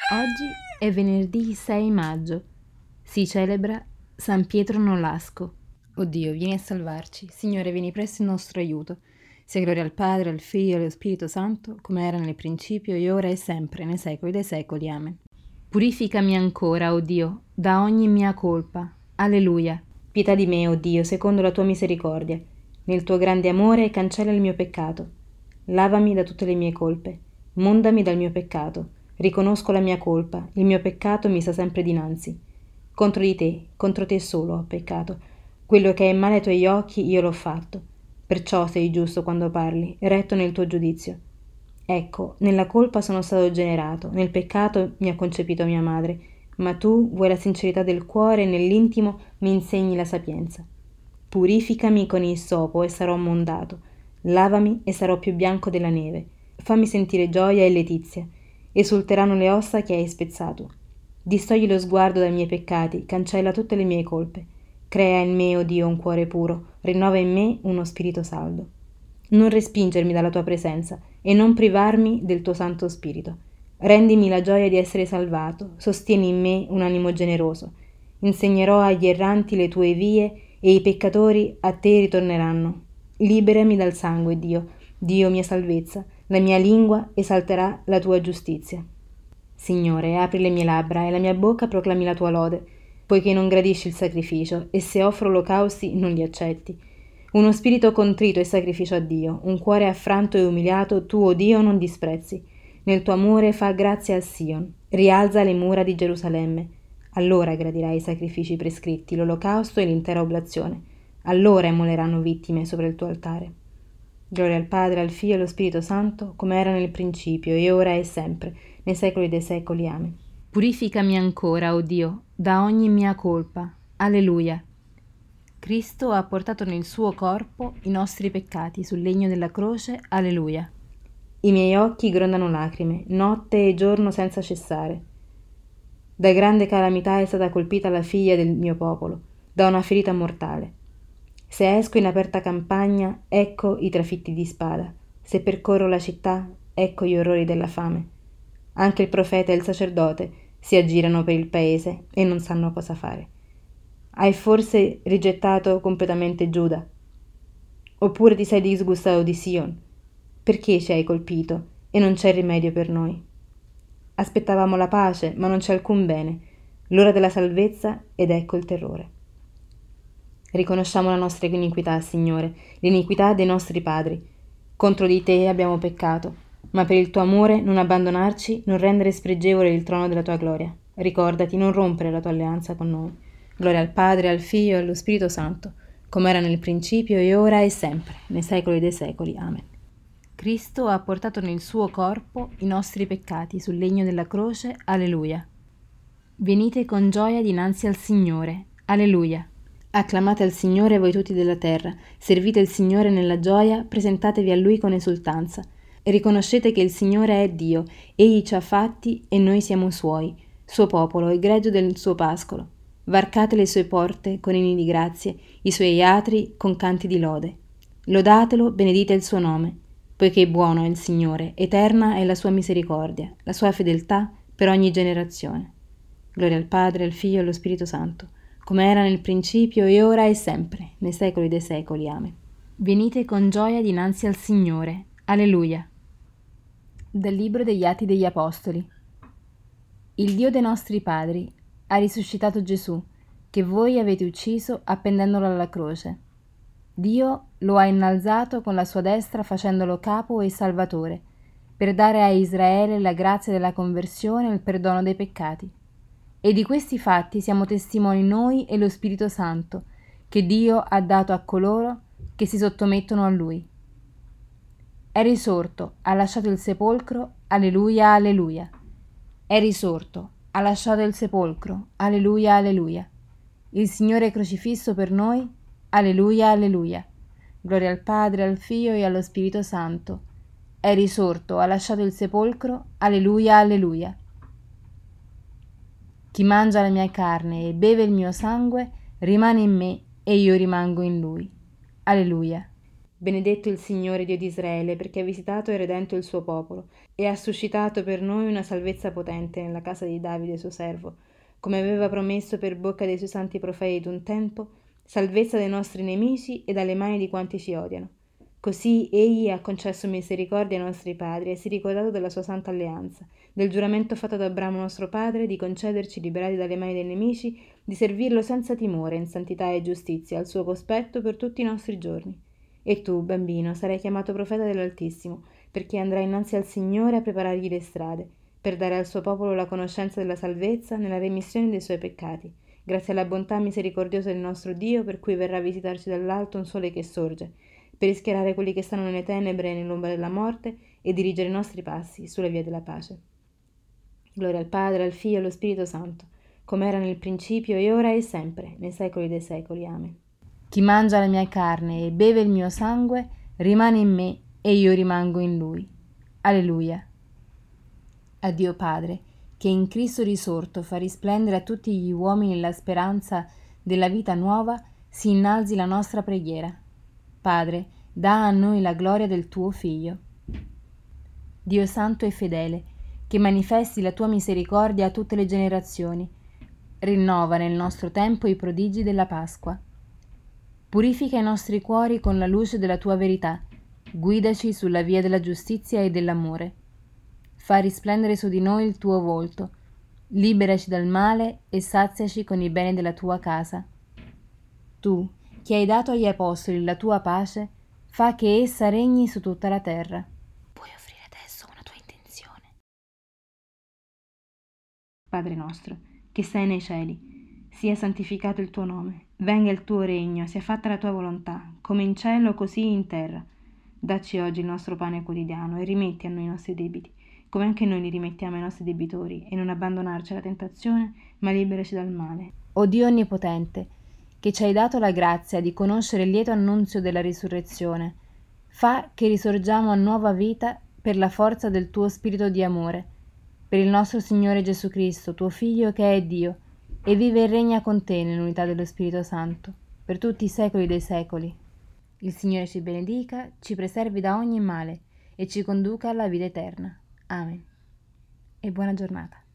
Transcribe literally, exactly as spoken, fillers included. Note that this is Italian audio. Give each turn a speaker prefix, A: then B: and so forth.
A: Oggi è venerdì sei maggio. Si celebra San Pietro Nolasco. O Dio, vieni a salvarci. Signore, vieni presto in nostro aiuto. Sia gloria al Padre, al Figlio e allo Spirito Santo, come era nel principio, e ora e sempre, nei secoli dei secoli. Amen. Purificami ancora, o Dio, da ogni mia colpa. Alleluia. Pietà di me, o Dio, secondo la tua misericordia. Nel tuo grande amore cancella il mio peccato. Lavami da tutte le mie colpe. Mondami dal mio peccato. Riconosco la mia colpa, il mio peccato mi sta sempre dinanzi. Contro di te, contro te solo ho peccato. Quello che è male ai tuoi occhi io l'ho fatto. Perciò sei giusto quando parli, retto nel tuo giudizio. Ecco, nella colpa sono stato generato, nel peccato mi ha concepito mia madre, ma tu vuoi la sincerità del cuore e nell'intimo mi insegni la sapienza. Purificami con il sopo e sarò mondato. Lavami e sarò più bianco della neve. Fammi sentire gioia e letizia. Esulteranno le ossa che hai spezzato. Distogli lo sguardo dai miei peccati, cancella tutte le mie colpe. Crea in me, o Dio, un cuore puro, rinnova in me uno spirito saldo. Non respingermi dalla tua presenza e non privarmi del tuo Santo Spirito. Rendimi la gioia di essere salvato, sostieni in me un animo generoso. Insegnerò agli erranti le tue vie e i peccatori a te ritorneranno. Liberami dal sangue, Dio, Dio mia salvezza. La mia lingua esalterà la tua giustizia. Signore, apri le mie labbra e la mia bocca proclami la tua lode, poiché non gradisci il sacrificio e se offro olocausti non li accetti. Uno spirito contrito è sacrificio a Dio, un cuore affranto e umiliato tu, o Dio, non disprezzi. Nel tuo amore fa grazia a Sion, rialza le mura di Gerusalemme. Allora gradirai i sacrifici prescritti, l'olocausto e l'intera oblazione. Allora immoleranno vittime sopra il tuo altare. Gloria al Padre, al Figlio e allo Spirito Santo, come era nel principio, e ora e sempre, nei secoli dei secoli. Amen. Purificami ancora, o Dio, da ogni mia colpa. Alleluia. Cristo ha portato nel suo corpo i nostri peccati sul legno della croce. Alleluia. I miei occhi grondano lacrime, notte e giorno senza cessare. Da grande calamità è stata colpita la figlia del mio popolo, da una ferita mortale. Se esco in aperta campagna, ecco i trafitti di spada. Se percorro la città, ecco gli orrori della fame. Anche il profeta e il sacerdote si aggirano per il paese e non sanno cosa fare. Hai forse rigettato completamente Giuda? Oppure ti sei disgustato di Sion? Perché ci hai colpito e non c'è rimedio per noi? Aspettavamo la pace, ma non c'è alcun bene, l'ora della salvezza ed ecco il terrore. Riconosciamo la nostra iniquità, Signore, l'iniquità dei nostri padri. Contro di te abbiamo peccato, ma per il tuo amore non abbandonarci, non rendere spregevole il trono della tua gloria. Ricordati, non rompere la tua alleanza con noi. Gloria al Padre, al Figlio e allo Spirito Santo, come era nel principio e ora e sempre, nei secoli dei secoli. Amen. Cristo ha portato nel suo corpo i nostri peccati sul legno della croce. Alleluia. Venite con gioia dinanzi al Signore. Alleluia. Acclamate al Signore voi tutti della terra, servite il Signore nella gioia, presentatevi a Lui con esultanza. E riconoscete che il Signore è Dio, Egli ci ha fatti e noi siamo Suoi, Suo popolo e gregge del suo pascolo. Varcate le sue porte con inni di grazie, i suoi atri con canti di lode. Lodatelo, benedite il suo nome, poiché buono è il Signore, eterna è la sua misericordia, la sua fedeltà per ogni generazione. Gloria al Padre, al Figlio e allo Spirito Santo, come era nel principio e ora e sempre, nei secoli dei secoli. Amen. Venite con gioia dinanzi al Signore. Alleluia. Dal Libro degli Atti degli Apostoli. Il Dio dei nostri padri ha risuscitato Gesù, che voi avete ucciso appendendolo alla croce. Dio lo ha innalzato con la sua destra facendolo capo e salvatore, per dare a Israele la grazia della conversione e il perdono dei peccati. E di questi fatti siamo testimoni noi e lo Spirito Santo, che Dio ha dato a coloro che si sottomettono a Lui. È risorto, ha lasciato il sepolcro, alleluia, alleluia. È risorto, ha lasciato il sepolcro, alleluia, alleluia. Il Signore è crocifisso per noi, alleluia, alleluia. Gloria al Padre, al Figlio e allo Spirito Santo. È risorto, ha lasciato il sepolcro, alleluia, alleluia. Chi mangia la mia carne e beve il mio sangue rimane in me e io rimango in lui. Alleluia. Benedetto il Signore Dio di Israele, perché ha visitato e redento il suo popolo, e ha suscitato per noi una salvezza potente nella casa di Davide suo servo, come aveva promesso per bocca dei suoi santi profeti d'un tempo, salvezza dai nostri nemici e dalle mani di quanti ci odiano. Così egli ha concesso misericordia ai nostri padri e si è ricordato della sua santa alleanza, del giuramento fatto ad Abramo nostro padre di concederci, liberati dalle mani dei nemici, di servirlo senza timore, in santità e giustizia, al suo cospetto per tutti i nostri giorni. E tu, bambino, sarai chiamato profeta dell'Altissimo, perché andrai innanzi al Signore a preparargli le strade, per dare al suo popolo la conoscenza della salvezza nella remissione dei suoi peccati, grazie alla bontà misericordiosa del nostro Dio, per cui verrà a visitarci dall'alto un sole che sorge, per rischiarare quelli che stanno nelle tenebre e nell'ombra della morte e dirigere i nostri passi sulle vie della pace. Gloria al Padre, al Figlio e allo Spirito Santo, come era nel principio e ora e sempre, nei secoli dei secoli. Amen. Chi mangia la mia carne e beve il mio sangue rimane in me e io rimango in lui. Alleluia. A Dio Padre, che in Cristo risorto fa risplendere a tutti gli uomini la speranza della vita nuova, si innalzi la nostra preghiera. Padre, dà a noi la gloria del tuo Figlio. Dio santo e fedele, che manifesti la tua misericordia a tutte le generazioni, rinnova nel nostro tempo i prodigi della Pasqua. Purifica i nostri cuori con la luce della tua verità, guidaci sulla via della giustizia e dell'amore. Fa risplendere su di noi il tuo volto, liberaci dal male e saziaci con i beni della tua casa. Tu, che hai dato agli apostoli la tua pace, fa che essa regni su tutta la terra. Puoi offrire adesso una tua intenzione. Padre nostro, che sei nei cieli, sia santificato il tuo nome, venga il tuo regno, sia fatta la tua volontà, come in cielo così in terra. Dacci oggi il nostro pane quotidiano e rimetti a noi i nostri debiti, come anche noi li rimettiamo ai nostri debitori, e non abbandonarci alla tentazione, ma liberaci dal male. O Dio onnipotente, che ci hai dato la grazia di conoscere il lieto annunzio della risurrezione, fa che risorgiamo a nuova vita per la forza del tuo spirito di amore, per il nostro Signore Gesù Cristo, tuo Figlio che è Dio, e vive e regna con te nell'unità dello Spirito Santo, per tutti i secoli dei secoli. Il Signore ci benedica, ci preservi da ogni male e ci conduca alla vita eterna. Amen. E buona giornata.